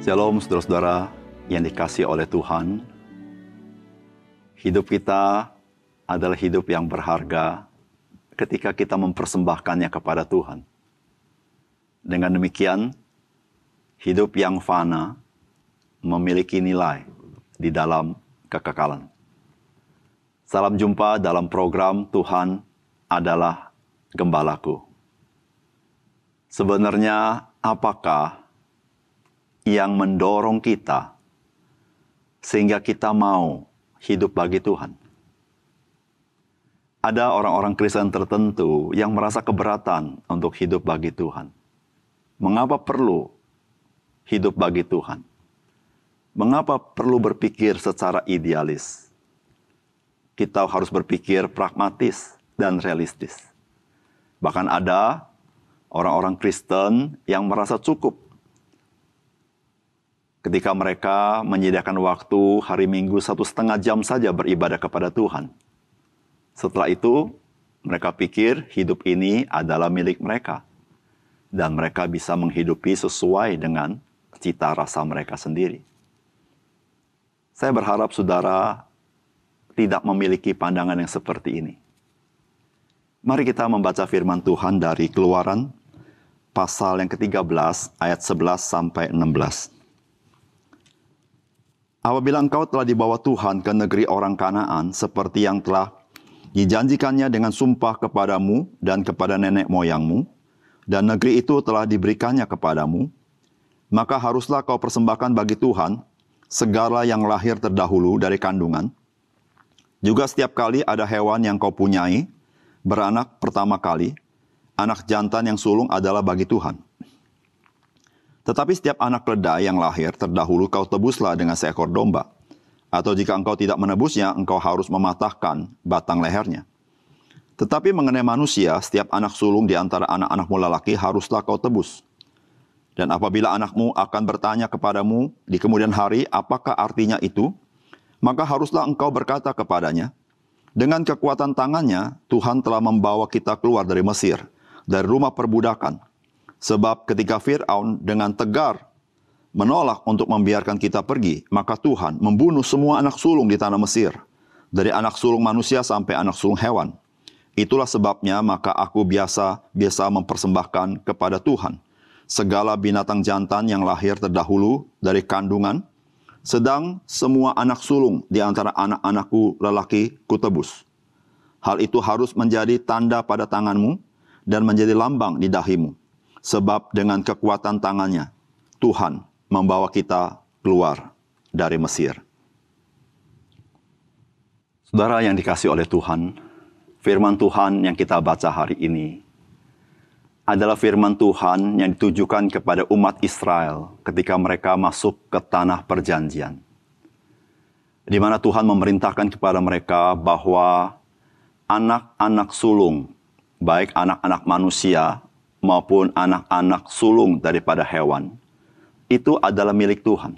Shalom saudara-saudara yang dikasihi oleh Tuhan. Hidup kita adalah hidup yang berharga ketika kita mempersembahkannya kepada Tuhan. Dengan demikian, hidup yang fana memiliki nilai di dalam kekekalan. Salam jumpa dalam program Tuhan adalah Gembalaku. Sebenarnya apakah yang mendorong kita sehingga kita mau hidup bagi Tuhan? Ada orang-orang Kristen tertentu yang merasa keberatan untuk hidup bagi Tuhan. Mengapa perlu hidup bagi Tuhan? Mengapa perlu berpikir secara idealis? Kita harus berpikir pragmatis dan realistis. Bahkan ada orang-orang Kristen yang merasa cukup ketika mereka menyediakan waktu hari Minggu 1,5 jam saja beribadah kepada Tuhan. Setelah itu, mereka pikir hidup ini adalah milik mereka. Dan mereka bisa menghidupi sesuai dengan cita rasa mereka sendiri. Saya berharap saudara tidak memiliki pandangan yang seperti ini. Mari kita membaca firman Tuhan dari Keluaran, pasal yang ke-13, ayat 11 sampai 16. Apabila engkau telah dibawa Tuhan ke negeri orang Kanaan, seperti yang telah dijanjikannya dengan sumpah kepadamu dan kepada nenek moyangmu, dan negeri itu telah diberikannya kepadamu, maka haruslah kau persembahkan bagi Tuhan segala yang lahir terdahulu dari kandungan. Juga setiap kali ada hewan yang kau punyai, beranak pertama kali, anak jantan yang sulung adalah bagi Tuhan. Tetapi setiap anak keledai yang lahir terdahulu kau tebuslah dengan seekor domba. Atau jika engkau tidak menebusnya, engkau harus mematahkan batang lehernya. Tetapi mengenai manusia, setiap anak sulung di antara anak-anakmu lelaki haruslah kau tebus. Dan apabila anakmu akan bertanya kepadamu di kemudian hari, apakah artinya itu? Maka haruslah engkau berkata kepadanya, dengan kekuatan tangannya, Tuhan telah membawa kita keluar dari Mesir, dari rumah perbudakan. Sebab ketika Fir'aun dengan tegar menolak untuk membiarkan kita pergi, maka Tuhan membunuh semua anak sulung di tanah Mesir, dari anak sulung manusia sampai anak sulung hewan. Itulah sebabnya maka aku biasa mempersembahkan kepada Tuhan segala binatang jantan yang lahir terdahulu dari kandungan, sedang semua anak sulung di antara anak-anakku lelaki kutebus. Hal itu harus menjadi tanda pada tanganmu dan menjadi lambang di dahimu. Sebab dengan kekuatan tangannya, Tuhan membawa kita keluar dari Mesir. Saudara yang dikasihi oleh Tuhan, firman Tuhan yang kita baca hari ini adalah firman Tuhan yang ditujukan kepada umat Israel ketika mereka masuk ke tanah perjanjian. Di mana Tuhan memerintahkan kepada mereka bahwa anak-anak sulung, baik anak-anak manusia maupun anak-anak sulung daripada hewan, itu adalah milik Tuhan.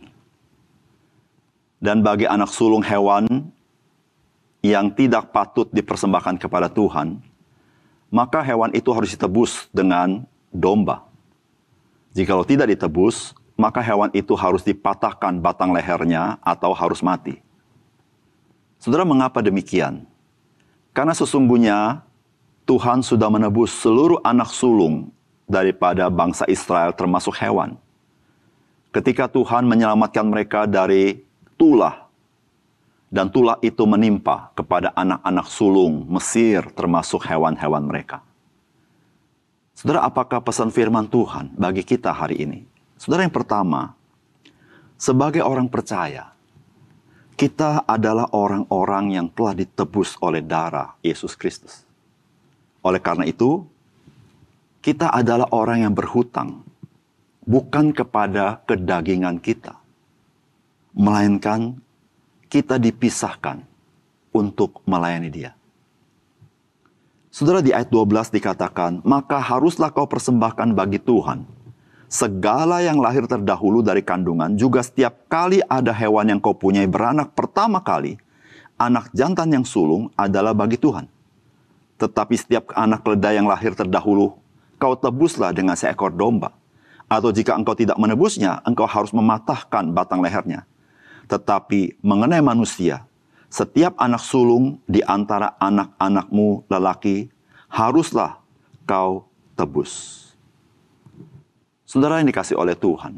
Dan bagi anak sulung hewan yang tidak patut dipersembahkan kepada Tuhan, maka hewan itu harus ditebus dengan domba. Jikalau tidak ditebus, maka hewan itu harus dipatahkan batang lehernya atau harus mati. Saudara, mengapa demikian? Karena sesungguhnya Tuhan sudah menebus seluruh anak sulung daripada bangsa Israel termasuk hewan. Ketika Tuhan menyelamatkan mereka dari tulah, dan tulah itu menimpa kepada anak-anak sulung Mesir termasuk hewan-hewan mereka. Saudara, apakah pesan firman Tuhan bagi kita hari ini? Saudara, yang pertama, sebagai orang percaya, kita adalah orang-orang yang telah ditebus oleh darah Yesus Kristus. Oleh karena itu, kita adalah orang yang berhutang, bukan kepada kedagingan kita, melainkan kita dipisahkan untuk melayani Dia. Saudara, di ayat 12 dikatakan, maka haruslah kau persembahkan bagi Tuhan segala yang lahir terdahulu dari kandungan, juga setiap kali ada hewan yang kau punyai beranak pertama kali, anak jantan yang sulung adalah bagi Tuhan. Tetapi setiap anak keledai yang lahir terdahulu, kau tebuslah dengan seekor domba. Atau jika engkau tidak menebusnya, engkau harus mematahkan batang lehernya. Tetapi mengenai manusia, setiap anak sulung di antara anak-anakmu lelaki haruslah kau tebus. Saudara yang dikasih oleh Tuhan,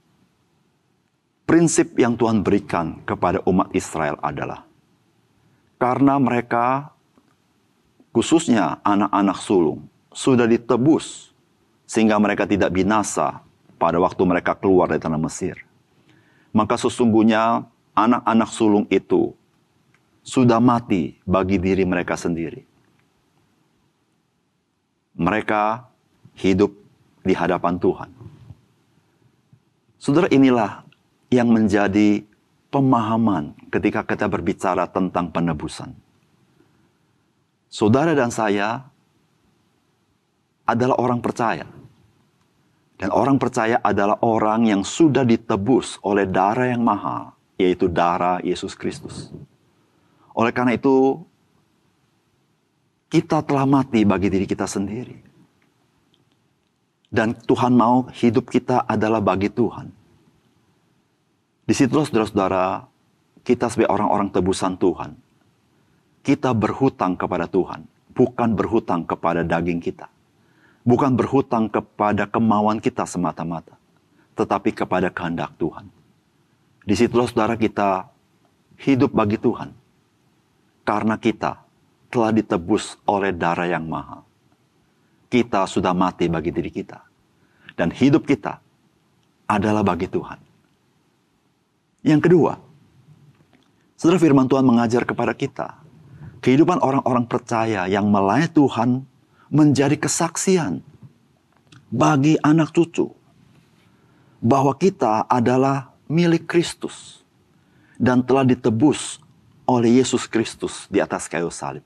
prinsip yang Tuhan berikan kepada umat Israel adalah, karena mereka, khususnya anak-anak sulung, sudah ditebus sehingga mereka tidak binasa pada waktu mereka keluar dari tanah Mesir. Maka sesungguhnya anak-anak sulung itu sudah mati bagi diri mereka sendiri. Mereka hidup di hadapan Tuhan. Saudara, inilah yang menjadi pemahaman ketika kita berbicara tentang penebusan. Saudara dan saya adalah orang percaya. Dan orang percaya adalah orang yang sudah ditebus oleh darah yang mahal, yaitu darah Yesus Kristus. Oleh karena itu, kita telah mati bagi diri kita sendiri. Dan Tuhan mau hidup kita adalah bagi Tuhan. Disitulah saudara-saudara, kita sebagai orang-orang tebusan Tuhan, kita berhutang kepada Tuhan, bukan berhutang kepada daging kita. Bukan berhutang kepada kemauan kita semata-mata, tetapi kepada kehendak Tuhan. Disitulah saudara kita hidup bagi Tuhan, karena kita telah ditebus oleh darah yang mahal. Kita sudah mati bagi diri kita. Dan hidup kita adalah bagi Tuhan. Yang kedua, saudara, firman Tuhan mengajar kepada kita, kehidupan orang-orang percaya yang melayani Tuhan menjadi kesaksian bagi anak cucu bahwa kita adalah milik Kristus dan telah ditebus oleh Yesus Kristus di atas kayu salib.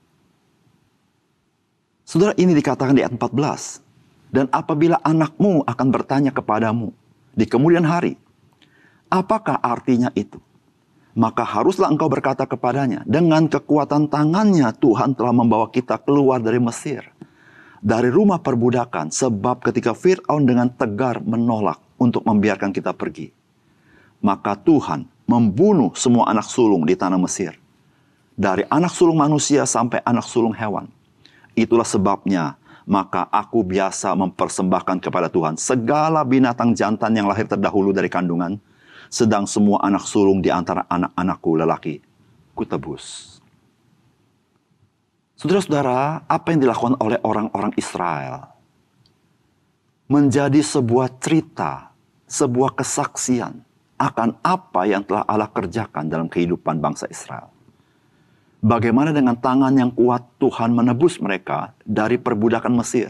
Saudara, ini dikatakan di ayat 14. Dan apabila anakmu akan bertanya kepadamu di kemudian hari, apakah artinya itu? Maka haruslah engkau berkata kepadanya, dengan kekuatan tangannya Tuhan telah membawa kita keluar dari Mesir, dari rumah perbudakan, sebab ketika Fir'aun dengan tegar menolak untuk membiarkan kita pergi, maka Tuhan membunuh semua anak sulung di tanah Mesir, dari anak sulung manusia sampai anak sulung hewan. Itulah sebabnya, maka aku biasa mempersembahkan kepada Tuhan segala binatang jantan yang lahir terdahulu dari kandungan, sedang semua anak sulung di antara anak-anakku lelaki kutebus. Saudara-saudara, apa yang dilakukan oleh orang-orang Israel menjadi sebuah cerita, sebuah kesaksian akan apa yang telah Allah kerjakan dalam kehidupan bangsa Israel. Bagaimana dengan tangan yang kuat Tuhan menebus mereka dari perbudakan Mesir.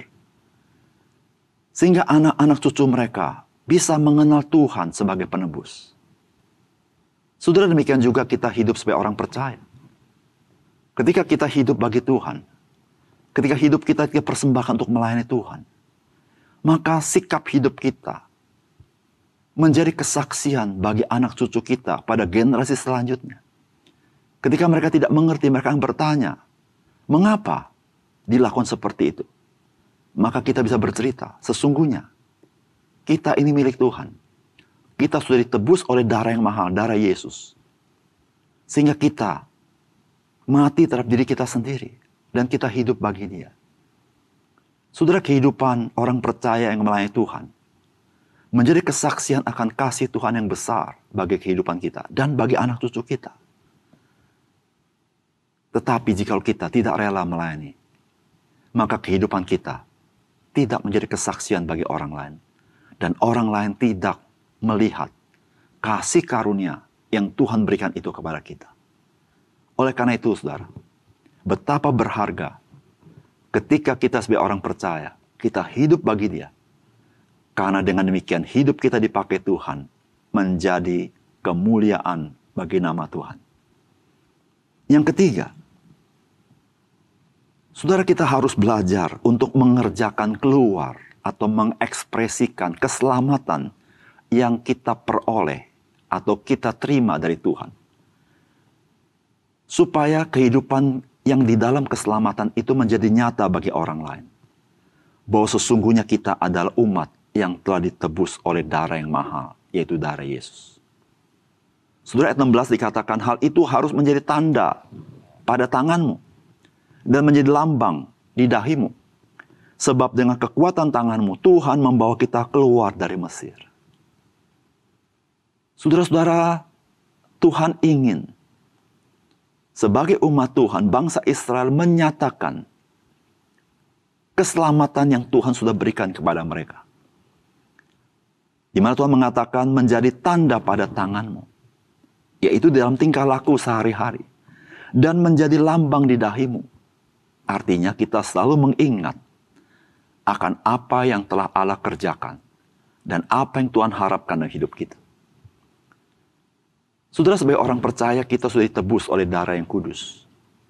Sehingga anak-anak cucu mereka bisa mengenal Tuhan sebagai penebus. Saudara, demikian juga kita hidup sebagai orang percaya. Ketika kita hidup bagi Tuhan, ketika hidup kita persembahkan untuk melayani Tuhan, maka sikap hidup kita menjadi kesaksian bagi anak cucu kita pada generasi selanjutnya. Ketika mereka tidak mengerti, mereka akan bertanya, mengapa dilakukan seperti itu? Maka kita bisa bercerita, sesungguhnya kita ini milik Tuhan. Kita sudah ditebus oleh darah yang mahal, darah Yesus. Sehingga kita mati terhadap diri kita sendiri. Dan kita hidup bagi Dia. Saudara, kehidupan orang percaya yang melayani Tuhan menjadi kesaksian akan kasih Tuhan yang besar bagi kehidupan kita dan bagi anak cucu kita. Tetapi jika kita tidak rela melayani, maka kehidupan kita tidak menjadi kesaksian bagi orang lain. Dan orang lain tidak melihat kasih karunia yang Tuhan berikan itu kepada kita. Oleh karena itu, saudara, betapa berharga ketika kita sebagai orang percaya, kita hidup bagi Dia. Karena dengan demikian hidup kita dipakai Tuhan menjadi kemuliaan bagi nama Tuhan. Yang ketiga, saudara, kita harus belajar untuk mengerjakan keluar atau mengekspresikan keselamatan yang kita peroleh atau kita terima dari Tuhan. Supaya kehidupan yang di dalam keselamatan itu menjadi nyata bagi orang lain. Bahwa sesungguhnya kita adalah umat yang telah ditebus oleh darah yang mahal, yaitu darah Yesus. Saudara, ayat 16 dikatakan hal itu harus menjadi tanda pada tanganmu dan menjadi lambang di dahimu. Sebab dengan kekuatan tanganmu, Tuhan membawa kita keluar dari Mesir. Saudara-saudara, Tuhan ingin sebagai umat Tuhan, bangsa Israel menyatakan keselamatan yang Tuhan sudah berikan kepada mereka. Di mana Tuhan mengatakan menjadi tanda pada tanganmu, yaitu dalam tingkah laku sehari-hari, dan menjadi lambang di dahimu. Artinya kita selalu mengingat akan apa yang telah Allah kerjakan dan apa yang Tuhan harapkan dalam hidup kita. Saudara, sebagai orang percaya, kita sudah ditebus oleh darah yang kudus.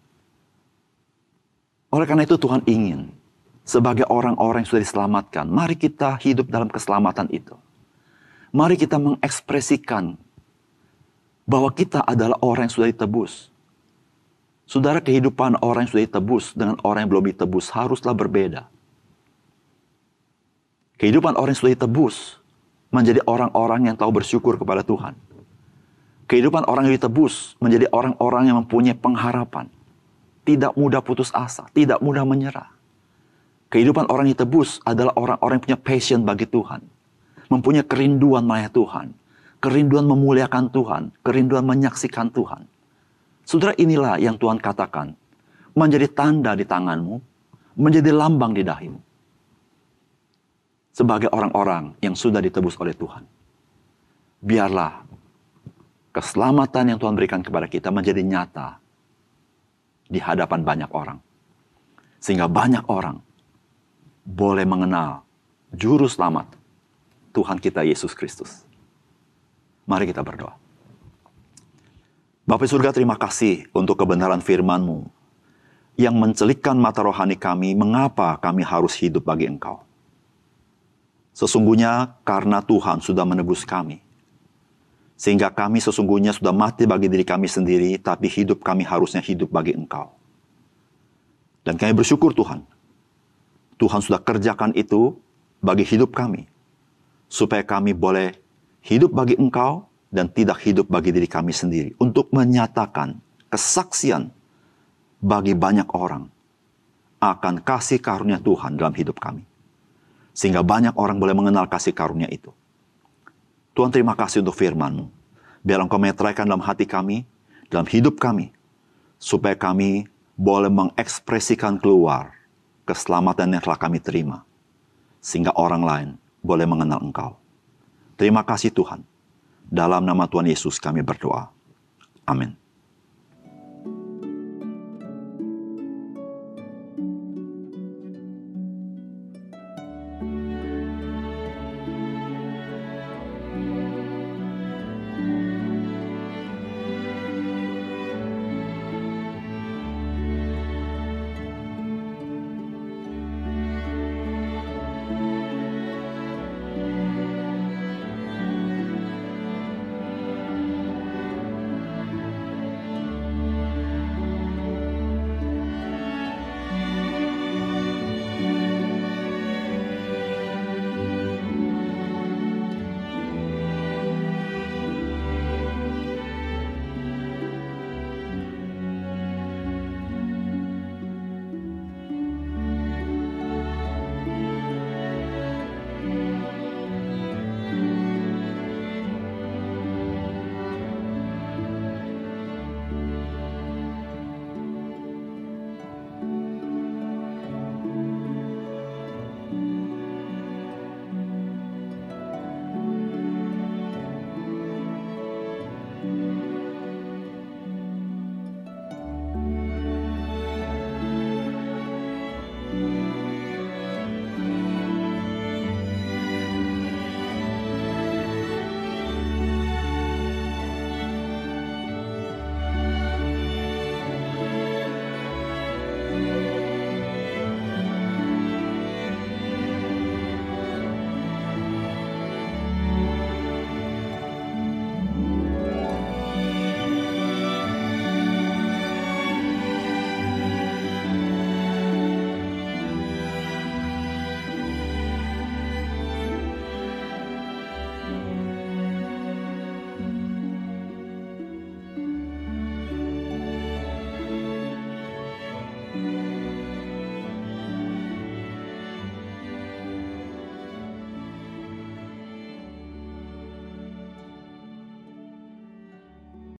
Oleh karena itu Tuhan ingin, sebagai orang-orang yang sudah diselamatkan, mari kita hidup dalam keselamatan itu. Mari kita mengekspresikan bahwa kita adalah orang yang sudah ditebus. Saudara, kehidupan orang yang sudah ditebus dengan orang yang belum ditebus haruslah berbeda. Kehidupan orang yang sudah ditebus menjadi orang-orang yang tahu bersyukur kepada Tuhan. Kehidupan orang yang ditebus menjadi orang-orang yang mempunyai pengharapan. Tidak mudah putus asa, tidak mudah menyerah. Kehidupan orang yang ditebus adalah orang-orang yang punya passion bagi Tuhan. Mempunyai kerinduan melayani Tuhan. Kerinduan memuliakan Tuhan. Kerinduan menyaksikan Tuhan. Saudara, inilah yang Tuhan katakan. Menjadi tanda di tanganmu. Menjadi lambang di dahimu. Sebagai orang-orang yang sudah ditebus oleh Tuhan. Biarlah keselamatan yang Tuhan berikan kepada kita menjadi nyata di hadapan banyak orang. Sehingga banyak orang boleh mengenal Juru Selamat Tuhan kita Yesus Kristus. Mari kita berdoa. Bapa surga, terima kasih untuk kebenaran firman-Mu yang mencelikkan mata rohani kami mengapa kami harus hidup bagi Engkau. Sesungguhnya karena Tuhan sudah menebus kami. Sehingga kami sesungguhnya sudah mati bagi diri kami sendiri, tapi hidup kami harusnya hidup bagi Engkau. Dan kami bersyukur Tuhan. Tuhan sudah kerjakan itu bagi hidup kami. Supaya kami boleh hidup bagi Engkau dan tidak hidup bagi diri kami sendiri. Untuk menyatakan kesaksian bagi banyak orang akan kasih karunia Tuhan dalam hidup kami. Sehingga banyak orang boleh mengenal kasih karunia itu. Tuhan, terima kasih untuk firman-Mu. Biar Engkau meteraikan dalam hati kami, dalam hidup kami, supaya kami boleh mengekspresikan keluar keselamatan yang telah kami terima, sehingga orang lain boleh mengenal Engkau. Terima kasih Tuhan. Dalam nama Tuhan Yesus kami berdoa. Amin.